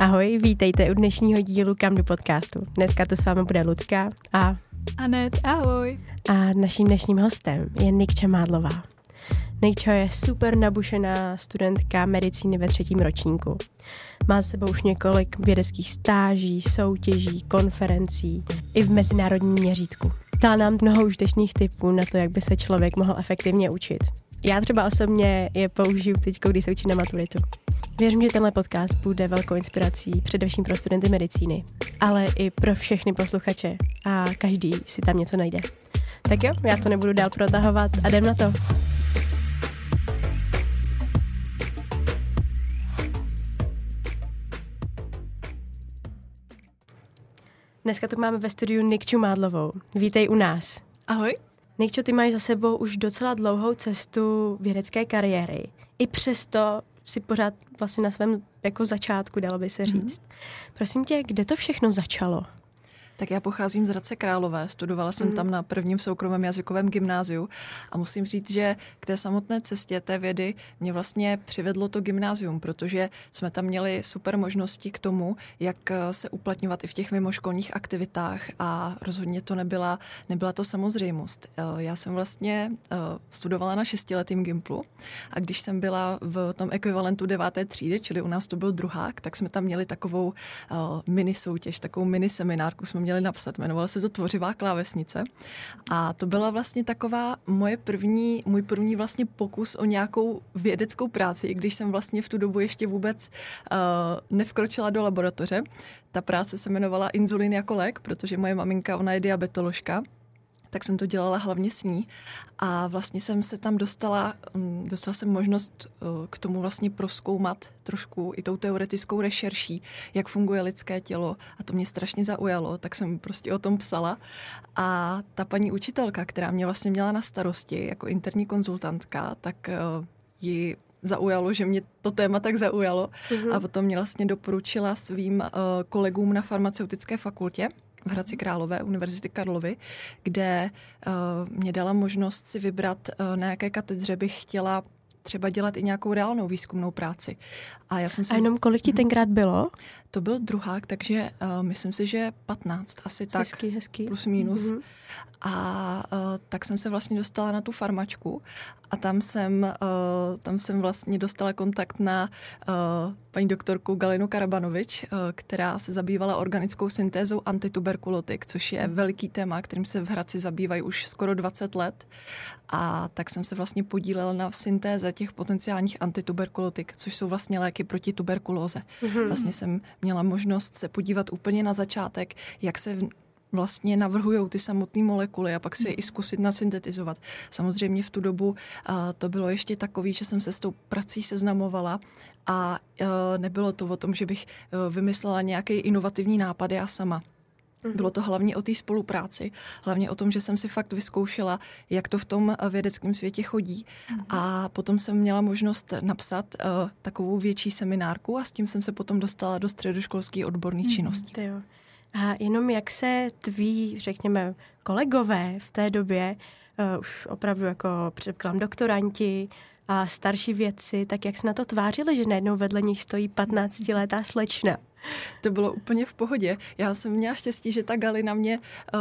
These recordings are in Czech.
Ahoj, vítejte u dnešního dílu Kam jdu podcastu. Dneska to s vámi bude Lucka a Anet, ahoj. A naším dnešním hostem je Nikča Mádlová. Nikča je super nabušená studentka medicíny ve 3. ročníku. Má s sebou už několik vědeckých stáží, soutěží, konferencí i v mezinárodním měřítku. Dala nám mnoho užitečných tipů na to, jak by se člověk mohl efektivně učit. Já třeba osobně je použiju teď, když se učím na maturitu. Věřím, že tenhle podcast bude velkou inspirací především pro studenty medicíny, ale i pro všechny posluchače a každý si tam něco najde. Tak jo, já to nebudu dál protahovat a jdem na to. Dneska tu máme ve studiu Nikču Mádlovou. Vítej u nás. Ahoj. Nikčo, ty máš za sebou už docela dlouhou cestu vědecké kariéry. I přesto si pořád vlastně na svém jako začátku, dalo by se říct. Prosím tě, kde to všechno začalo? Tak já pocházím z Hradce Králové, studovala jsem tam na prvním soukromém jazykovém gymnáziu a musím říct, že k té samotné cestě té vědy mě vlastně přivedlo to gymnázium, protože jsme tam měli super možnosti k tomu, jak se uplatňovat i v těch mimoškolních aktivitách a rozhodně to nebyla to samozřejmost. Já jsem vlastně studovala na 6letým gymplu a když jsem byla v tom ekvivalentu 9. třídy, čili u nás to byl druhák, tak jsme tam měli takovou mini soutěž, takovou mini seminárku jsme měli napsat, jmenovala se to Tvořivá klávesnice a to byla vlastně taková můj první vlastně pokus o nějakou vědeckou práci, i když jsem vlastně v tu dobu ještě vůbec nevkročila do laboratoře. Ta práce se jmenovala Inzulin jako lék, protože moje maminka, ona je diabetoložka, tak jsem to dělala hlavně s ní a vlastně jsem se tam dostala jsem možnost k tomu vlastně prozkoumat trošku i tou teoretickou rešerší, jak funguje lidské tělo a to mě strašně zaujalo, tak jsem prostě o tom psala a ta paní učitelka, která mě vlastně měla na starosti jako interní konzultantka, tak ji zaujalo, že mě to téma tak zaujalo a potom mě vlastně doporučila svým kolegům na farmaceutické fakultě v Hradci Králové, Univerzity Karlovy, kde mě dala možnost si vybrat, na jaké katedře bych chtěla třeba dělat i nějakou reálnou výzkumnou práci. A jenom kolik ti tenkrát bylo? To byl druhák, takže myslím si, že 15 asi tak. Hezký. Plus minus. A tak jsem se vlastně dostala na tu farmačku a tam jsem vlastně dostala kontakt na paní doktorku Galinu Karabanovič, která se zabývala organickou syntézou antituberkulotik, což je veliký téma, kterým se v Hradci zabývají už skoro 20 let. A tak jsem se vlastně podílela na syntéze těch potenciálních antituberkulotik, což jsou vlastně léky proti tuberkulóze. Vlastně jsem měla možnost se podívat úplně na začátek, jak se vlastně navrhujou ty samotné molekuly a pak si je i zkusit nasyntetizovat. Samozřejmě v tu dobu to bylo ještě takový, že jsem se s tou prací seznamovala a nebylo to o tom, že bych vymyslela nějaký inovativní nápad já sama. Bylo to hlavně o té spolupráci, hlavně o tom, že jsem si fakt vyzkoušela, jak to v tom vědeckém světě chodí. A potom jsem měla možnost napsat takovou větší seminárku a s tím jsem se potom dostala do středoškolské odborné činnosti. A jenom jak se tví, řekněme, kolegové v té době, už opravdu jako předpokládám doktoranti a starší vědci, tak jak se na to tvářili, že najednou vedle nich stojí 15letá slečna? To bylo úplně v pohodě. Já jsem měla štěstí, že ta Galina mě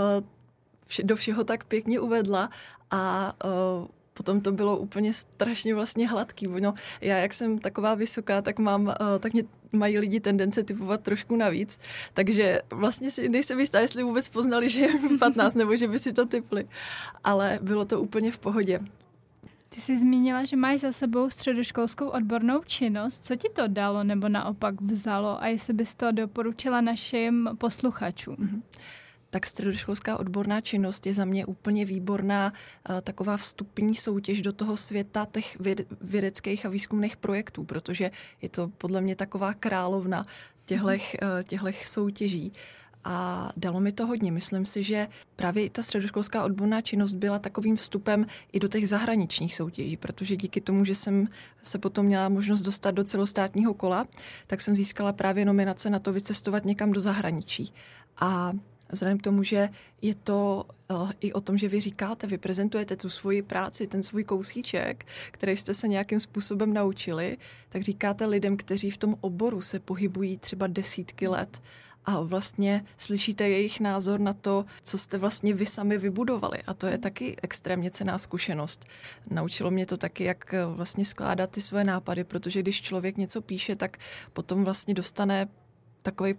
do všeho tak pěkně uvedla a potom to bylo úplně strašně vlastně hladký. No, já, jak jsem taková vysoká, tak mě mají lidi tendence typovat trošku navíc. Takže vlastně si nejsem jistá, jestli vůbec poznali, že je 15, nebo že by si to typli. Ale bylo to úplně v pohodě. Ty jsi zmínila, že máš za sebou středoškolskou odbornou činnost. Co ti to dalo nebo naopak vzalo a jestli bys to doporučila našim posluchačům? Tak středoškolská odborná činnost je za mě úplně výborná taková vstupní soutěž do toho světa těch vědeckých a výzkumných projektů, protože je to podle mě taková královna těchto soutěží. A dalo mi to hodně. Myslím si, že právě i ta středoškolská odborná činnost byla takovým vstupem i do těch zahraničních soutěží, protože díky tomu, že jsem se potom měla možnost dostat do celostátního kola, tak jsem získala právě nominace na to vycestovat někam do zahraničí. A Vzhledem k tomu, že je to i o tom, že vy říkáte, vy prezentujete tu svoji práci, ten svůj kousíček, který jste se nějakým způsobem naučili, tak říkáte lidem, kteří v tom oboru se pohybují třeba desítky let a vlastně slyšíte jejich názor na to, co jste vlastně vy sami vybudovali. A to je taky extrémně cenná zkušenost. Naučilo mě to taky, jak vlastně skládat ty svoje nápady, protože když člověk něco píše, tak potom vlastně dostane takový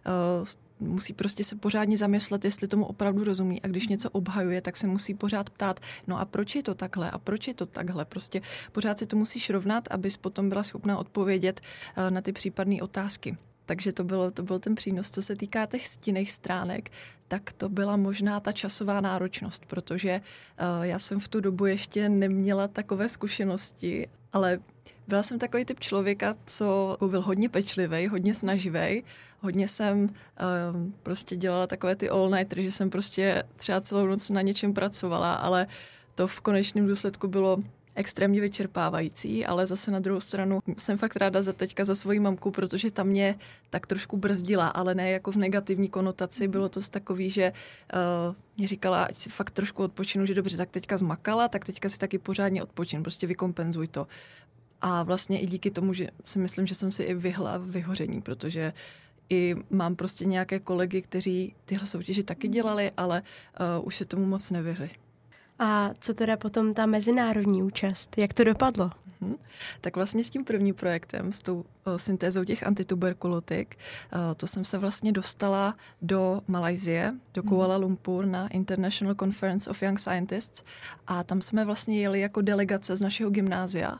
musí prostě se pořádně zamyslet, jestli tomu opravdu rozumí. A když něco obhajuje, tak se musí pořád ptát, no a proč je to takhle a proč je to takhle. Prostě pořád si to musíš rovnat, abys potom byla schopná odpovědět na ty případné otázky. Takže to byl ten přínos. Co se týká těch stinných stránek, tak to byla možná ta časová náročnost, protože já jsem v tu dobu ještě neměla takové zkušenosti, ale byla jsem takový typ člověka, co byl hodně pečlivý, hodně snaživý. Hodně jsem prostě dělala takové ty all-nighter, že jsem prostě třeba celou noc na něčem pracovala, ale to v konečném důsledku bylo extrémně vyčerpávající, ale zase na druhou stranu jsem fakt ráda teďka za svojí mamku, protože ta mě tak trošku brzdila, ale ne jako v negativní konotaci. Bylo to takový, že mě říkala, ať si fakt trošku odpočinu, že dobře, tak teďka zmakala, tak teďka si taky pořádně odpočin, prostě vykompenzuj to. A vlastně i díky tomu, že si myslím, že jsem si i vyhla vyhoření, protože i mám prostě nějaké kolegy, kteří tyhle soutěže taky dělali, ale už se tomu moc nevyhli. A co teda potom ta mezinárodní účast? Jak to dopadlo? Tak vlastně s tím prvním projektem, s tou syntézou těch antituberkulotik, to jsem se vlastně dostala do Malajsie, do Kuala Lumpur na International Conference of Young Scientists a tam jsme vlastně jeli jako delegace z našeho gymnázia.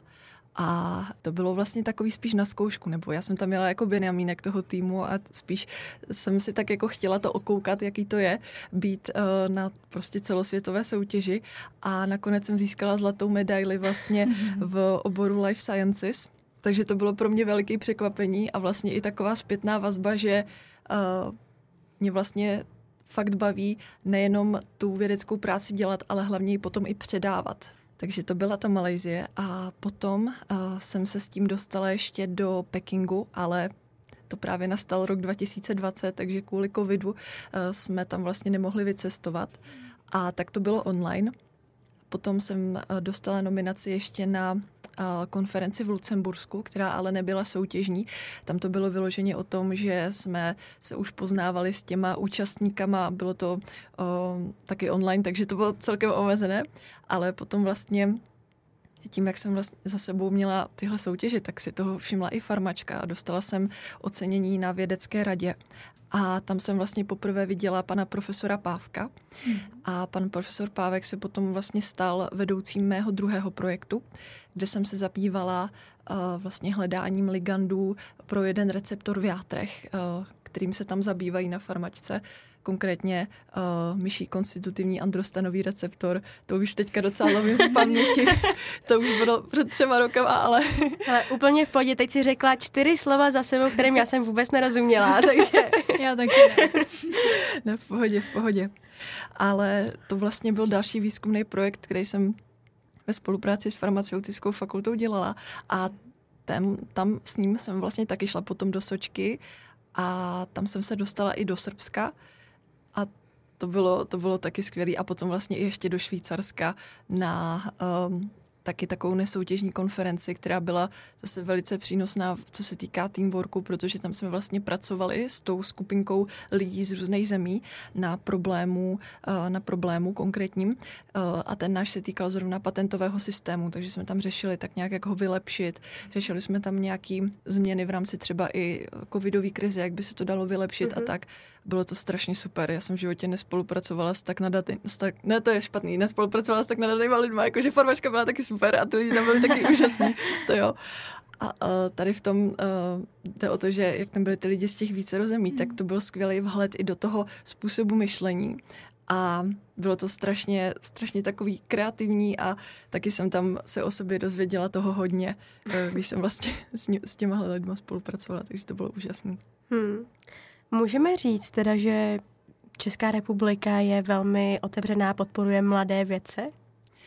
A to bylo vlastně takový spíš na zkoušku, nebo já jsem tam jela jako Benjamínek toho týmu a spíš jsem si tak jako chtěla to okoukat, jaký to je být na prostě celosvětové soutěži a nakonec jsem získala zlatou medaili vlastně v oboru Life Sciences, takže to bylo pro mě veliké překvapení a vlastně i taková zpětná vazba, že mě vlastně fakt baví nejenom tu vědeckou práci dělat, ale hlavně ji potom i předávat. Takže to byla ta Malajsie a potom jsem se s tím dostala ještě do Pekingu, ale to právě nastal rok 2020, takže kvůli covidu jsme tam vlastně nemohli vycestovat a tak to bylo online. Potom jsem dostala nominaci ještě na konferenci v Lucembursku, která ale nebyla soutěžní. Tam to bylo vyloženě o tom, že jsme se už poznávali s těma účastníkama, bylo to taky online, takže to bylo celkem omezené, ale potom vlastně tím, jak jsem vlastně za sebou měla tyhle soutěže, tak si toho všimla i farmačka a dostala jsem ocenění na vědecké radě. A tam jsem vlastně poprvé viděla pana profesora Pávka. A pan profesor Pávek se potom vlastně stal vedoucím mého druhého projektu, kde jsem se zabývala vlastně hledáním ligandů pro jeden receptor v játrech, kterým se tam zabývají na farmačce. Konkrétně myší konstitutivní androstanový receptor. To už teďka docela lovím z paměti. To už bylo před 3 rokama, ale úplně v pohodě. Teď si řekla 4 slova za sebou, kterým já jsem vůbec nerozuměla, takže já taky ne. Ne, v pohodě. Ale to vlastně byl další výzkumný projekt, který jsem ve spolupráci s farmaceutickou fakultou dělala a tam s ním jsem vlastně taky šla potom do Sočky a tam jsem se dostala i do Srbska a to bylo taky skvělé a potom vlastně i ještě do Švýcarska na taky takovou nesoutěžní konferenci, která byla zase velice přínosná, co se týká teamworku, protože tam jsme vlastně pracovali s tou skupinkou lidí z různých zemí na problému konkrétním a ten náš se týkal zrovna patentového systému, takže jsme tam řešili tak nějak, jak ho vylepšit. Řešili jsme tam nějaké změny v rámci třeba i covidové krize, jak by se to dalo vylepšit a tak. Bylo to strašně super. Já jsem v životě nespolupracovala s tak ne, to je špatný, nespolupracovala s tak nadatýma lidma, jakože farmačka byla taky super a ty lidi tam byli taky úžasní, to jo. A tady v tom jde o to, že jak tam byli ty lidi z těch více zemí, tak to byl skvělý vhled i do toho způsobu myšlení. A bylo to strašně takový kreativní a taky jsem tam se o sobě dozvěděla toho hodně, když jsem vlastně s těma lidma spolupracovala, takže to bylo úžasné. Můžeme říct teda, že Česká republika je velmi otevřená, podporuje mladé vědce?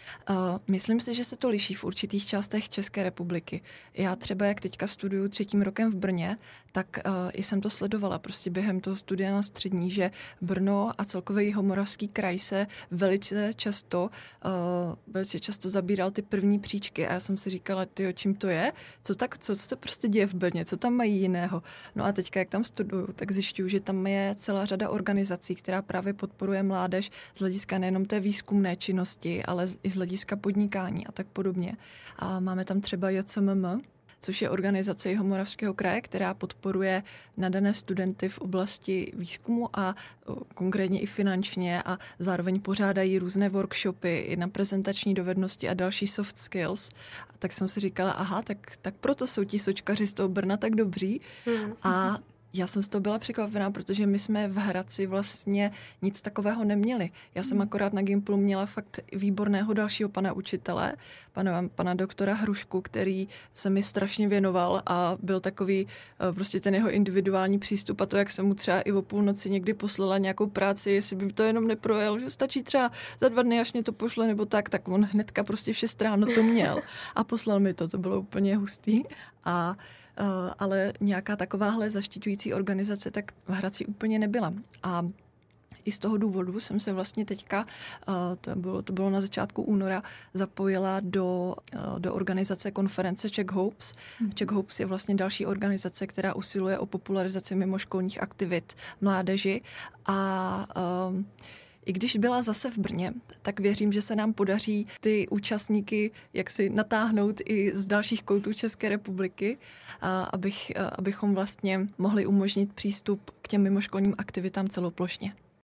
Myslím si, že se to liší v určitých částech České republiky. Já třeba, jak teďka studuju 3. rokem v Brně, tak i jsem to sledovala prostě během toho studia na střední, že Brno a celkově Jihomoravský kraj se velice často zabíral ty první příčky a já jsem si říkala, tyjo, čím to je? Co se prostě děje v Brně? Co tam mají jiného? No a teďka, jak tam studuju, tak zjišťuju, že tam je celá řada organizací, která právě podporuje mládež z hlediska nejenom té výzkumné činnosti, ale i z hlediska podnikání a tak podobně. A máme tam třeba JCMM, což je organizace Jihomoravského kraje, která podporuje nadané studenty v oblasti výzkumu a konkrétně i finančně a zároveň pořádají různé workshopy i na prezentační dovednosti a další soft skills. A tak jsem si říkala, aha, tak proto jsou ti sočkaři z toho Brna tak dobří. A já jsem z toho byla překvapená, protože my jsme v Hradci vlastně nic takového neměli. Já jsem akorát na Gimplu měla fakt výborného dalšího pana učitele, pana doktora Hrušku, který se mi strašně věnoval a byl takový prostě ten jeho individuální přístup a to, jak jsem mu třeba i o půlnoci někdy poslala nějakou práci, jestli by to jenom neprojel, že stačí třeba za 2 dny, až mě to pošle nebo tak on hnedka prostě v 6 ráno to měl a poslal mi to bylo úplně hustý ale nějaká takováhle zaštiťující organizace tak v Hradci úplně nebyla. A i z toho důvodu jsem se vlastně teďka, to bylo na začátku února, zapojila do organizace konference Czech Hopes. Czech Hopes je vlastně další organizace, která usiluje o popularizaci mimoškolních aktivit mládeži a i když byla zase v Brně, tak věřím, že se nám podaří ty účastníky jaksi natáhnout i z dalších koutů České republiky, abychom vlastně mohli umožnit přístup k těm mimoškolním aktivitám celoplošně.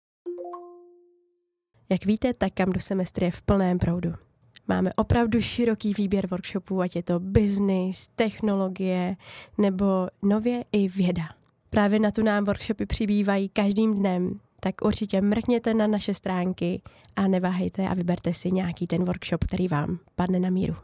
Jak víte, tak Campus Semestr je v plném proudu. Máme opravdu široký výběr workshopů, ať je to business, technologie nebo nově i věda. Právě na tu nám workshopy přibývají každým dnem, tak určitě mrkněte na naše stránky a neváhejte a vyberte si nějaký ten workshop, který vám padne na míru.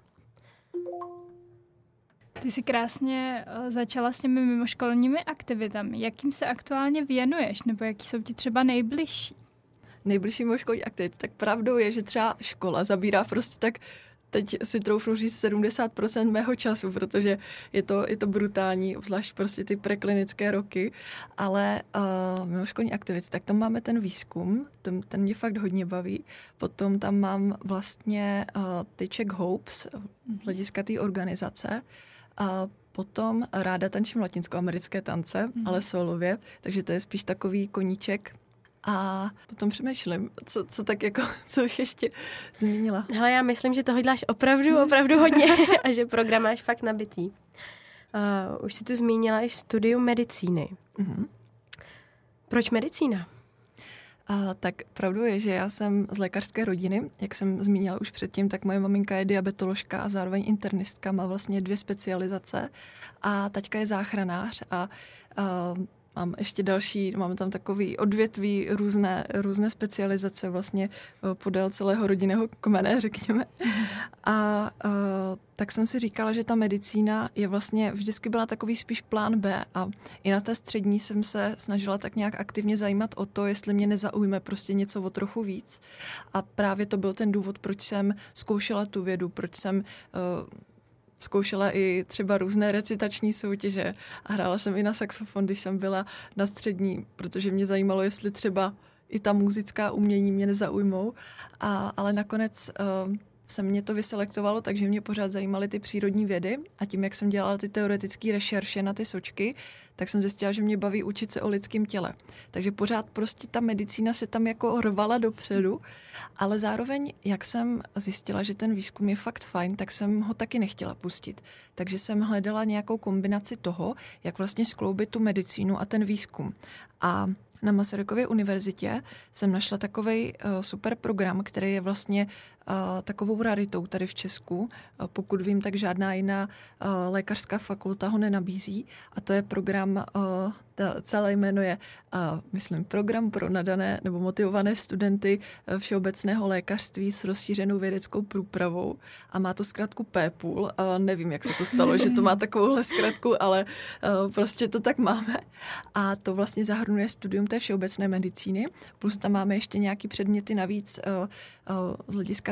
Ty jsi krásně začala s těmi mimoškolními aktivitami. Jakým se aktuálně věnuješ, nebo jaký jsou ti třeba nejbližší? Nejbližší mimoškolní aktivity, tak pravdou je, že třeba škola zabírá prostě tak, teď si troufnu říct 70% mého času, protože je to brutální, zvlášť prostě ty preklinické roky, ale mimoškolní aktivity, tak tam máme ten výzkum, ten mě fakt hodně baví, potom tam mám vlastně ty Czech Hopes, z hlediska té organizace, a potom ráda tančím latinskoamerické tance, ale solově, takže to je spíš takový koníček. A potom přemýšlím, co bych ještě zmínila. Hele, já myslím, že toho děláš opravdu hodně a že program máš fakt nabitý. Už jsi tu zmínila i studium medicíny. Mm-hmm. Proč medicína? Tak pravdou je, že já jsem z lékařské rodiny, jak jsem zmínila už předtím, tak moje maminka je diabetoložka a zároveň internistka, má vlastně 2 specializace a taťka je záchranář a mám ještě další, máme tam takový odvětví, různé specializace vlastně podél celého rodinného kmene, řekněme. A tak jsem si říkala, že ta medicína je vlastně, vždycky byla takový spíš plán B a i na té střední jsem se snažila tak nějak aktivně zajímat o to, jestli mě nezaujme prostě něco o trochu víc. A právě to byl ten důvod, proč jsem zkoušela tu vědu, proč jsem zkoušela i třeba různé recitační soutěže a hrála jsem i na saxofon, když jsem byla na střední, protože mě zajímalo, jestli třeba i ta muzická umění mě nezaujmou. Ale nakonec se mě to vyselektovalo, takže mě pořád zajímaly ty přírodní vědy a tím, jak jsem dělala ty teoretické rešerše na ty sočky, tak jsem zjistila, že mě baví učit se o lidském těle. Takže pořád prostě ta medicína se tam jako rvala dopředu, ale zároveň, jak jsem zjistila, že ten výzkum je fakt fajn, tak jsem ho taky nechtěla pustit. Takže jsem hledala nějakou kombinaci toho, jak vlastně skloubit tu medicínu a ten výzkum. A na Masarykově univerzitě jsem našla takovej super program, který je vlastně takovou raritou tady v Česku. Pokud vím, tak žádná jiná lékařská fakulta ho nenabízí. A to je program, celé jméno je, myslím, program pro nadané nebo motivované studenty všeobecného lékařství s rozšířenou vědeckou průpravou. A má to zkratku PPUL. Nevím, jak se to stalo, že to má takovouhle zkratku, ale prostě to tak máme. A to vlastně zahrnuje studium té všeobecné medicíny. Plus tam máme ještě nějaký předměty navíc z hlediska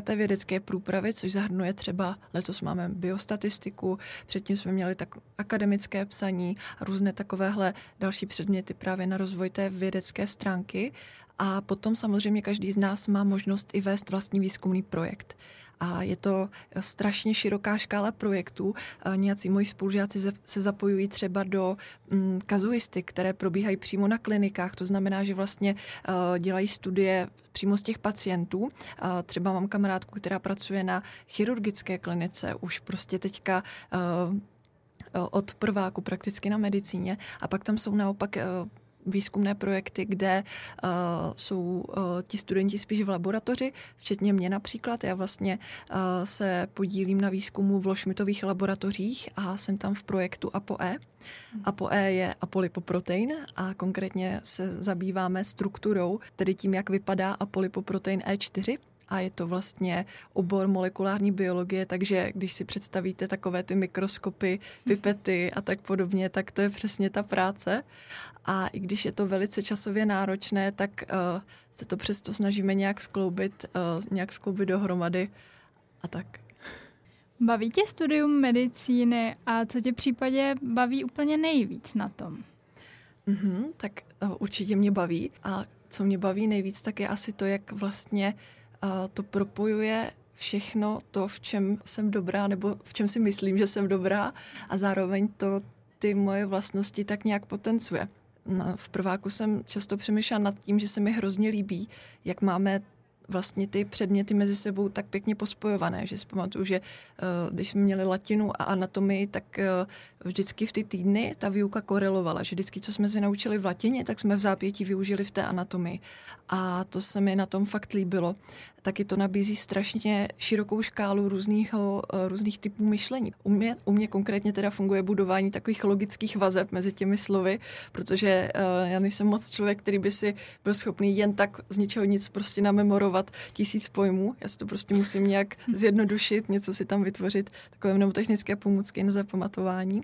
té vědecké průpravy, což zahrnuje třeba, letos máme biostatistiku, předtím jsme měli tak akademické psaní a různé takovéhle další předměty právě na rozvoj té vědecké stránky. A potom samozřejmě každý z nás má možnost i vést vlastní výzkumný projekt. A je to strašně široká škála projektů. Nějací moji spolužáci se zapojují třeba do kazuistik, které probíhají přímo na klinikách. To znamená, že vlastně dělají studie přímo z těch pacientů. Třeba mám kamarádku, která pracuje na chirurgické klinice, už prostě teďka od prváku prakticky na medicíně. A pak tam jsou naopak výzkumné projekty, kde jsou ti studenti spíš v laboratoři, včetně mě například. Já vlastně se podílím na výzkumu v Loschmidtových laboratořích a jsem tam v projektu ApoE. ApoE je apolipoprotein a konkrétně se zabýváme strukturou, tedy tím, jak vypadá apolipoprotein E4. A je to vlastně obor molekulární biologie, takže když si představíte takové ty mikroskopy, pipety a tak podobně, tak to je přesně ta práce. A i když je to velice časově náročné, tak se to přesto snažíme nějak skloubit dohromady a tak. Baví tě studium medicíny a co tě v případě baví úplně nejvíc na tom? Tak určitě mě baví. A co mě baví nejvíc, tak je asi to, jak vlastně to propojuje všechno to, v čem jsem dobrá, nebo v čem si myslím, že jsem dobrá a zároveň to ty moje vlastnosti tak nějak potencuje. V prváku jsem často přemýšlela nad tím, že se mi hrozně líbí, jak máme vlastně ty předměty mezi sebou tak pěkně pospojované, že si pamatuju, že když jsme měli latinu a anatomii, tak vždycky v ty týdny ta výuka korelovala, že vždycky, co jsme se naučili v latině, tak jsme v zápětí využili v té anatomii. A to se mi na tom fakt líbilo. Taky to nabízí strašně širokou škálu různých typů myšlení. U mě konkrétně teda funguje budování takových logických vazeb mezi těmi slovy, protože já nejsem moc člověk, který by si byl schopný jen tak z ničeho nic prostě namemorovat 1000 pojmů. Já si to prostě musím nějak zjednodušit, něco si tam vytvořit, takové mnemotechnické pomůcky na zapamatování.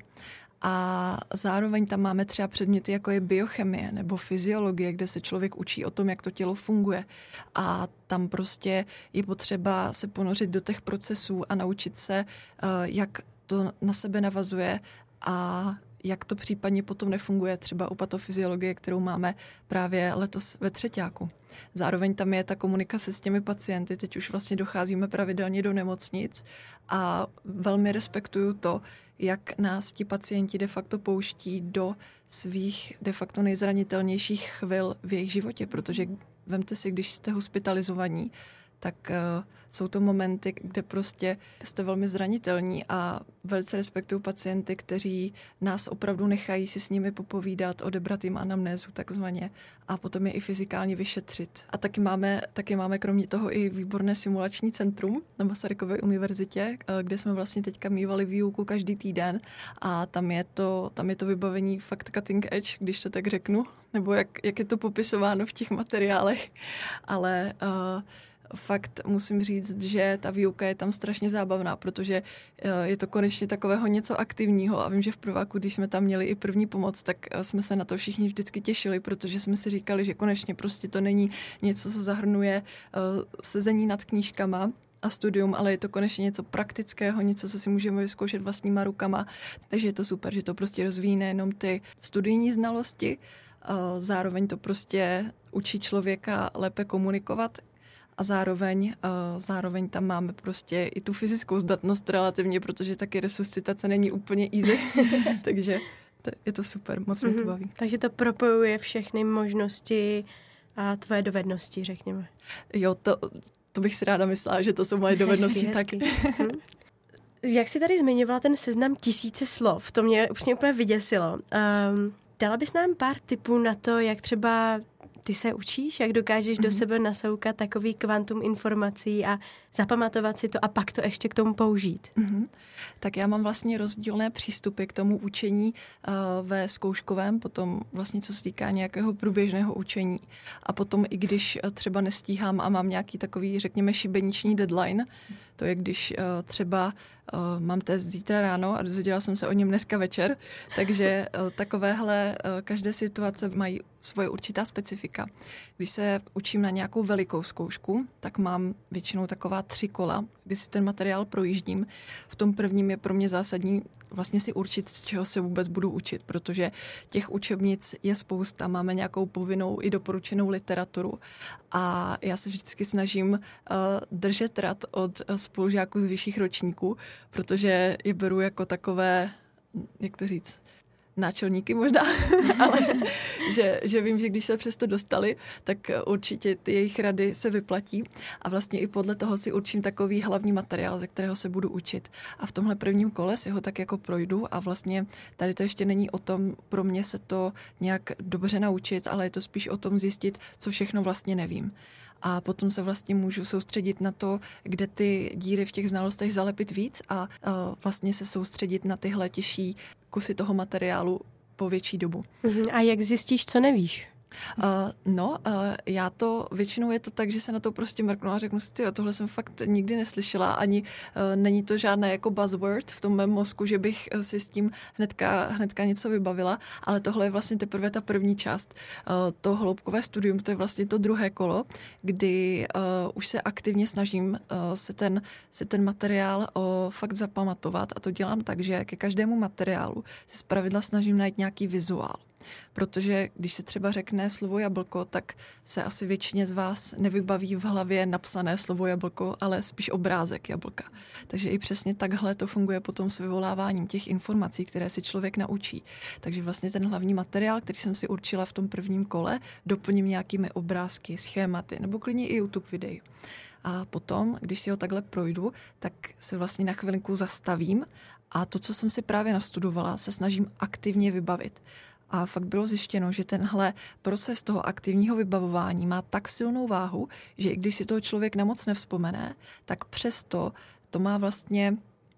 A zároveň tam máme třeba předměty, jako je biochemie nebo fyziologie, kde se člověk učí o tom, jak to tělo funguje. A tam prostě je potřeba se ponořit do těch procesů a naučit se, jak to na sebe navazuje a jak to případně potom nefunguje, třeba u patofyziologie, kterou máme právě letos ve třeťáku. Zároveň tam je ta komunikace s těmi pacienty, teď už vlastně docházíme pravidelně do nemocnic a velmi respektuju to, jak nás ti pacienti de facto pouští do svých de facto nejzranitelnějších chvil v jejich životě, protože vemte si, když jste hospitalizovaní, tak jsou to momenty, kde prostě jste velmi zranitelní a velice respektuju pacienty, kteří nás opravdu nechají si s nimi popovídat, odebrat jim anamnézu takzvaně a potom je i fyzikálně vyšetřit. A taky máme kromě toho i výborné simulační centrum na Masarykově univerzitě, kde jsme vlastně teďka mívali výuku každý týden a tam je to vybavení fakt cutting edge, když to tak řeknu, nebo jak je to popisováno v těch materiálech, ale fakt musím říct, že ta výuka je tam strašně zábavná, protože je to konečně takového něco aktivního a vím, že v prváku, když jsme tam měli i první pomoc, tak jsme se na to všichni vždycky těšili, protože jsme si říkali, že konečně prostě to není něco, co zahrnuje sezení nad knížkama a studium, ale je to konečně něco praktického, něco, co si můžeme vyzkoušet vlastníma rukama. Takže je to super, že to prostě rozvíjí nejenom ty studijní znalosti, zároveň to prostě učí člověka lépe komunikovat a zároveň tam máme prostě i tu fyzickou zdatnost relativně, protože taky resuscitace není úplně easy, takže je to super, moc mě to baví. Takže to propojuje všechny možnosti a tvoje dovednosti, řekněme. Jo, to bych si ráda myslela, že to jsou moje dovednosti. Hezky. Jak jsi tady zmiňovala ten seznam 1000 slov, to mě úplně vyděsilo. Dala bys nám pár tipů na to, jak třeba ty se učíš, jak dokážeš do sebe nasoukat takový kvantum informací a zapamatovat si to a pak to ještě k tomu použít? Tak já mám vlastně rozdílné přístupy k tomu učení ve zkouškovém, potom vlastně co se týká nějakého průběžného učení. A potom i když třeba nestíhám a mám nějaký takový, řekněme, šibeniční deadline, To je, když třeba mám test zítra ráno a dozvěděla jsem se o něm dneska večer, takže takovéhle každé situace mají svoje určitá specifika. Když se učím na nějakou velikou zkoušku, tak mám většinou taková 3 kola, kdy si ten materiál projíždím. V tom prvním je pro mě zásadní vlastně si určit, z čeho se vůbec budu učit, protože těch učebnic je spousta, máme nějakou povinnou i doporučenou literaturu a já se vždycky snažím držet rad od spolužáků z vyšších ročníků, protože je beru jako takové, jak to říct, náčelníky možná, ale že vím, že když se přesto dostali, tak určitě ty jejich rady se vyplatí a vlastně i podle toho si určím takový hlavní materiál, ze kterého se budu učit. A v tomhle prvním kole si ho tak jako projdu a vlastně tady to ještě není o tom pro mě se to nějak dobře naučit, ale je to spíš o tom zjistit, co všechno vlastně nevím. A potom se vlastně můžu soustředit na to, kde ty díry v těch znalostech zalepit víc a vlastně se soustředit na tyhle těžší kusy toho materiálu po větší dobu. A jak zjistíš, co nevíš? Já to, většinou je to tak, že se na to prostě mrknu a řeknu si, tohle jsem fakt nikdy neslyšela, ani není to žádné jako buzzword v tom mém mozku, že bych si s tím hnedka něco vybavila, ale tohle je vlastně teprve ta první část. To hloubkové studium, to je vlastně to druhé kolo, kdy už se aktivně snažím si ten materiál fakt zapamatovat a to dělám tak, že ke každému materiálu si zpravidla snažím najít nějaký vizuál. Protože když se třeba řekne slovo jablko, tak se asi většině z vás nevybaví v hlavě napsané slovo jablko, ale spíš obrázek jablka. Takže i přesně takhle to funguje potom s vyvoláváním těch informací, které si člověk naučí. Takže vlastně ten hlavní materiál, který jsem si určila v tom prvním kole, doplním nějakými obrázky, schématy nebo klidně i YouTube videí. A potom, když si ho takhle projdu, tak se vlastně na chvilinku zastavím a to, co jsem si právě nastudovala, se snažím aktivně vybavit. A fakt bylo zjištěno, že tenhle proces toho aktivního vybavování má tak silnou váhu, že i když si toho člověk na moc nevzpomene, tak přesto to má vlastně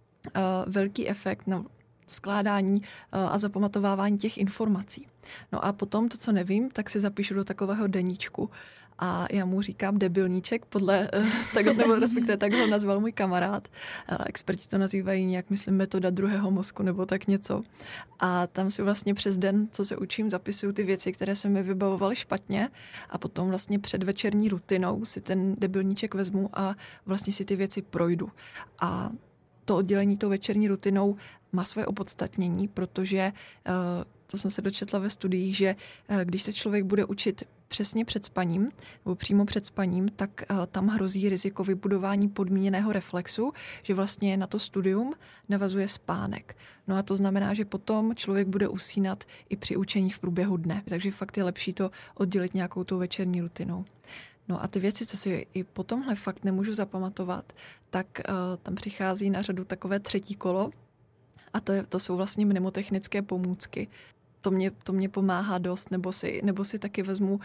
velký efekt na skládání a zapamatovávání těch informací. No a potom to, co nevím, tak si zapíšu do takového deníčku. A já mu říkám debilníček, nebo respektive tak ho nazval můj kamarád. Experti to nazývají nějak, myslím, metoda druhého mozku nebo tak něco. A tam si vlastně přes den, co se učím, zapisuju ty věci, které se mi vybavovaly špatně a potom vlastně před večerní rutinou si ten debilníček vezmu a vlastně si ty věci projdu. A to oddělení tou večerní rutinou má svoje opodstatnění, protože to jsem se dočetla ve studiích, že když se člověk bude učit přesně před spaním nebo přímo před spaním, tak tam hrozí riziko vybudování podmíněného reflexu, že vlastně na to studium navazuje spánek. No a to znamená, že potom člověk bude usínat i při učení v průběhu dne. Takže fakt je lepší to oddělit nějakou tou večerní rutinou. No a ty věci, co si i po tomhle fakt nemůžu zapamatovat, tak tam přichází na řadu takové třetí kolo a to jsou vlastně mnemotechnické pomůcky. To mě pomáhá dost, nebo si taky vezmu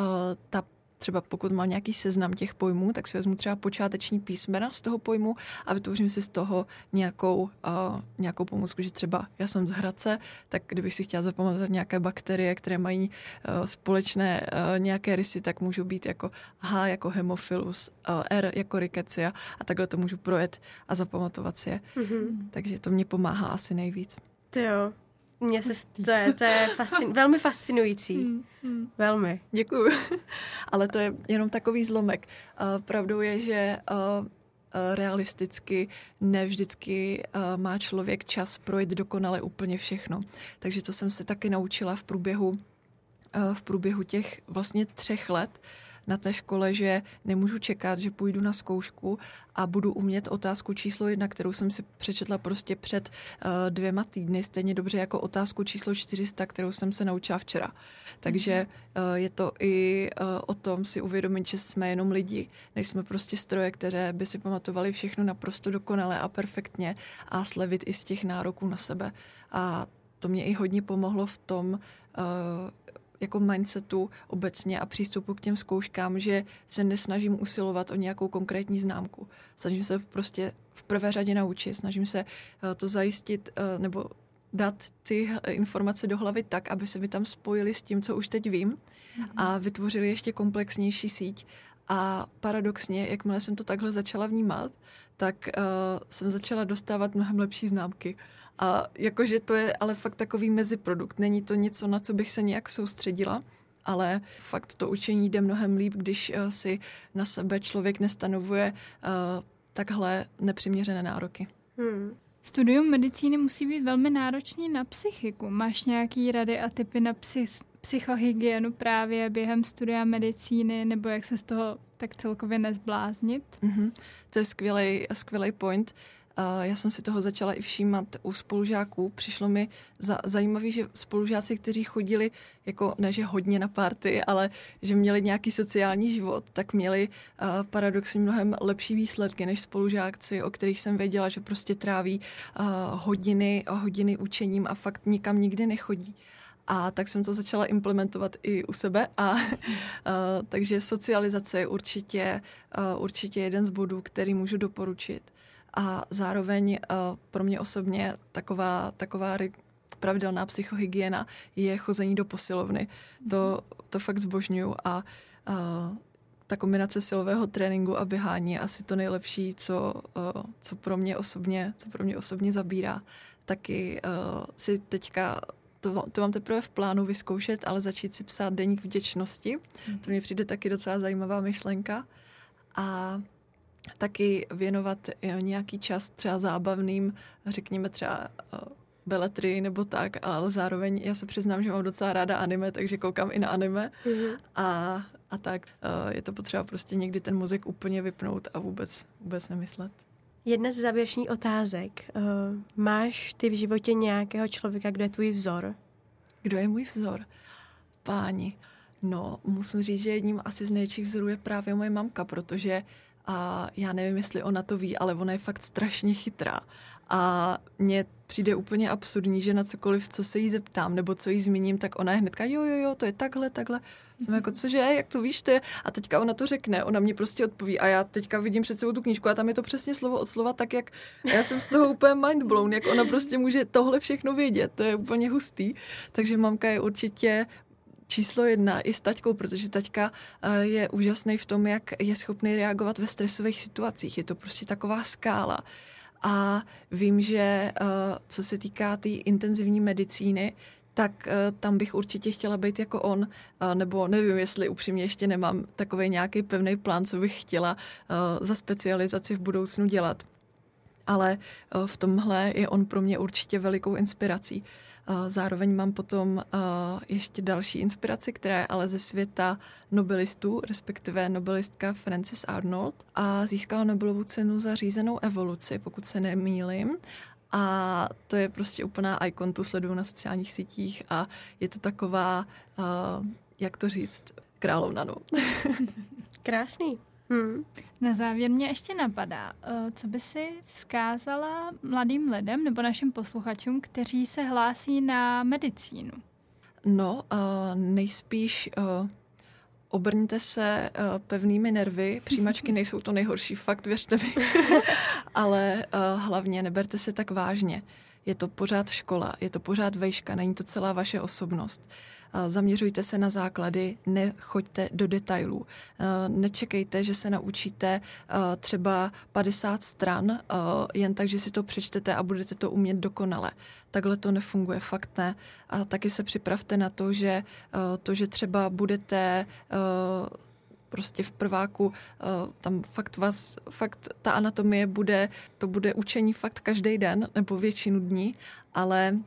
třeba pokud mám nějaký seznam těch pojmů, tak si vezmu třeba počáteční písmena z toho pojmu a vytvořím si z toho nějakou pomůcku, že třeba já jsem z Hradce, tak kdybych si chtěla zapamatovat nějaké bakterie, které mají společné nějaké rysy, tak můžou být jako H jako Haemophilus, R jako Rickettsia a takhle to můžu projet a zapamatovat si je. Mm-hmm. Takže to mě pomáhá asi nejvíc. To jo. To je velmi fascinující. Velmi. Děkuju. Ale to je jenom takový zlomek. Pravdou je, že realisticky ne vždycky má člověk čas projít dokonale úplně všechno. Takže to jsem se taky naučila v průběhu těch vlastně 3 let na té škole, že nemůžu čekat, že půjdu na zkoušku a budu umět otázku číslo 1, kterou jsem si přečetla prostě před 2 týdny, stejně dobře jako otázku číslo 400, kterou jsem se naučila včera. Takže je to i o tom si uvědomit, že jsme jenom lidi, nejsme prostě stroje, které by si pamatovali všechno naprosto dokonale a perfektně a slevit i z těch nároků na sebe. A to mě i hodně pomohlo v tom, jako mindsetu obecně a přístupu k těm zkouškám, že se nesnažím usilovat o nějakou konkrétní známku. Snažím se prostě v prvé řadě naučit, snažím se to zajistit nebo dát ty informace do hlavy tak, aby se mi tam spojili s tím, co už teď vím a vytvořili ještě komplexnější síť A paradoxně, jakmile jsem to takhle začala vnímat, tak jsem začala dostávat mnohem lepší známky. A jakože to je ale fakt takový meziprodukt. Není to něco, na co bych se nějak soustředila, ale fakt to učení jde mnohem líp, když si na sebe člověk nestanovuje takhle nepřiměřené nároky. Studium medicíny musí být velmi náročný na psychiku. Máš nějaký rady a tipy na psychohygienu právě během studia medicíny, nebo jak se z toho tak celkově nezbláznit? To je skvělý point. Já jsem si toho začala i všímat u spolužáků. Přišlo mi zajímavé, že spolužáci, kteří chodili, jako ne, že hodně na party, ale že měli nějaký sociální život, tak měli paradoxně mnohem lepší výsledky než spolužáci, o kterých jsem věděla, že prostě tráví hodiny učením a fakt nikam nikdy nechodí. A tak jsem to začala implementovat i u sebe. Takže socializace je určitě jeden z bodů, který můžu doporučit. A zároveň pro mě osobně taková pravidelná psychohygiena je chození do posilovny. To fakt zbožňuju a ta kombinace silového tréninku a běhání je asi to nejlepší, co pro mě osobně zabírá. Taky si teďka to mám teprve v plánu vyzkoušet, ale začít si psát deník vděčnosti. To mně přijde taky docela zajímavá myšlenka. A taky věnovat nějaký čas třeba zábavným, řekněme třeba beletrii nebo tak, ale zároveň já se přiznám, že mám docela ráda anime, takže koukám i na anime a tak. Je to potřeba prostě někdy ten mozek úplně vypnout a vůbec nemyslet. Jedna z závěrečných otázek. Máš ty v životě nějakého člověka, kdo je tvůj vzor? Kdo je můj vzor? Páni. No, musím říct, že jedním asi z největších vzorů je právě moje mamka, protože já nevím, jestli ona to ví, ale ona je fakt strašně chytrá. A mně přijde úplně absurdní, že na cokoliv, co se jí zeptám, nebo co jí zmíním, tak ona je hnedka, jo, to je takhle. Jsem jako, cože, jak to víš, to je? A teďka ona to řekne, ona mě prostě odpoví a já teďka vidím před sebou tu knížku a tam je to přesně slovo od slova tak, jak já jsem z toho úplně mindblown, jak ona prostě může tohle všechno vědět, to je úplně hustý. Takže mamka je určitě číslo 1 i s taťkou, protože taťka je úžasný v tom, jak je schopný reagovat ve stresových situacích. Je to prostě taková skála. A vím, že co se týká té intenzivní medicíny, tak tam bych určitě chtěla být jako on, nebo nevím, jestli upřímně ještě nemám takový nějaký pevný plán, co bych chtěla za specializaci v budoucnu dělat. Ale v tomhle je on pro mě určitě velikou inspirací. Zároveň mám potom ještě další inspiraci, která je ale ze světa nobelistů, respektive nobelistka Frances Arnold a získala Nobelovu cenu za řízenou evoluci, pokud se nemýlím. A to je prostě úplná icon, tu sleduju na sociálních sítích a je to taková, jak to říct, královna, no. Krásný. Na závěr mě ještě napadá, co by si vzkázala mladým lidem nebo našim posluchačům, kteří se hlásí na medicínu? No, nejspíš obrňte se pevnými nervy, přijímačky nejsou to nejhorší, fakt, věřte mi, ale hlavně neberte se tak vážně. Je to pořád škola, je to pořád vejška, není to celá vaše osobnost. Zaměřujte se na základy, nechoďte do detailů. Nečekejte, že se naučíte třeba 50 stran, jen tak, že si to přečtete a budete to umět dokonale. Takhle to nefunguje, fakt ne. A taky se připravte na to, že třeba budete prostě v prváku, tam fakt ta anatomie bude učení fakt každý den nebo většinu dní, ale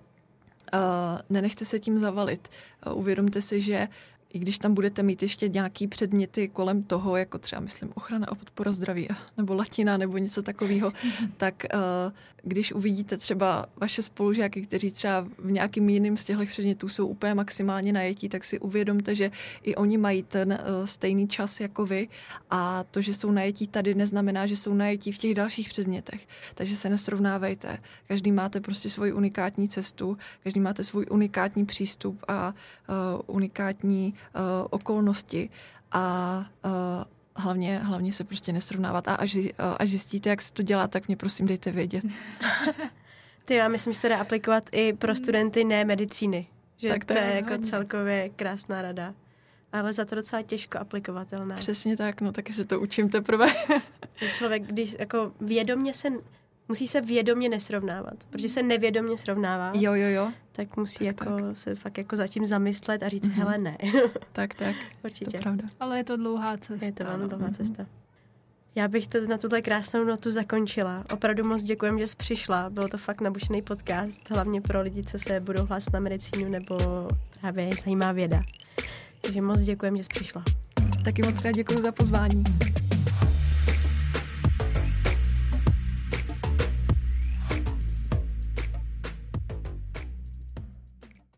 nenechte se tím zavalit. Uvědomte si, že i když tam budete mít ještě nějaký předměty kolem toho, jako třeba, myslím, ochrana a podpora zdraví, nebo latina, nebo něco takového, tak když uvidíte třeba vaše spolužáky, kteří třeba v nějakým jiným z těchto předmětů jsou úplně maximálně najetí, tak si uvědomte, že i oni mají ten stejný čas jako vy a to, že jsou najetí tady, neznamená, že jsou najetí v těch dalších předmětech. Takže se nesrovnávejte. Každý máte prostě svoji unikátní cestu, každý máte svůj unikátní přístup a unikátní okolnosti a hlavně se prostě nesrovnávat. A až zjistíte, jak se to dělá, tak mě prosím dejte vědět. Já myslím, že se dá aplikovat i pro studenty ne medicíny. Že tak to je jako celkově krásná rada. ale za to docela těžko aplikovatelná. Přesně tak, no taky se to učím teprve. Člověk, když jako musí se vědomě nesrovnávat, protože se nevědomě srovnává. Jo. Tak musí se fakt jako zatím zamyslet a říct, hele ne. Tak. Určitě. To je pravda. Ale je to dlouhá cesta. Je to velmi dlouhá cesta. Já bych to na tuhle krásnou notu zakončila. Opravdu moc děkujem, že jsi přišla. Byl to fakt nabušený podcast, hlavně pro lidi, co se budou hlásit na medicínu nebo právě zajímá věda. Takže moc děkujem, že jsi přišla. Taky moc krát děkuji za pozvání.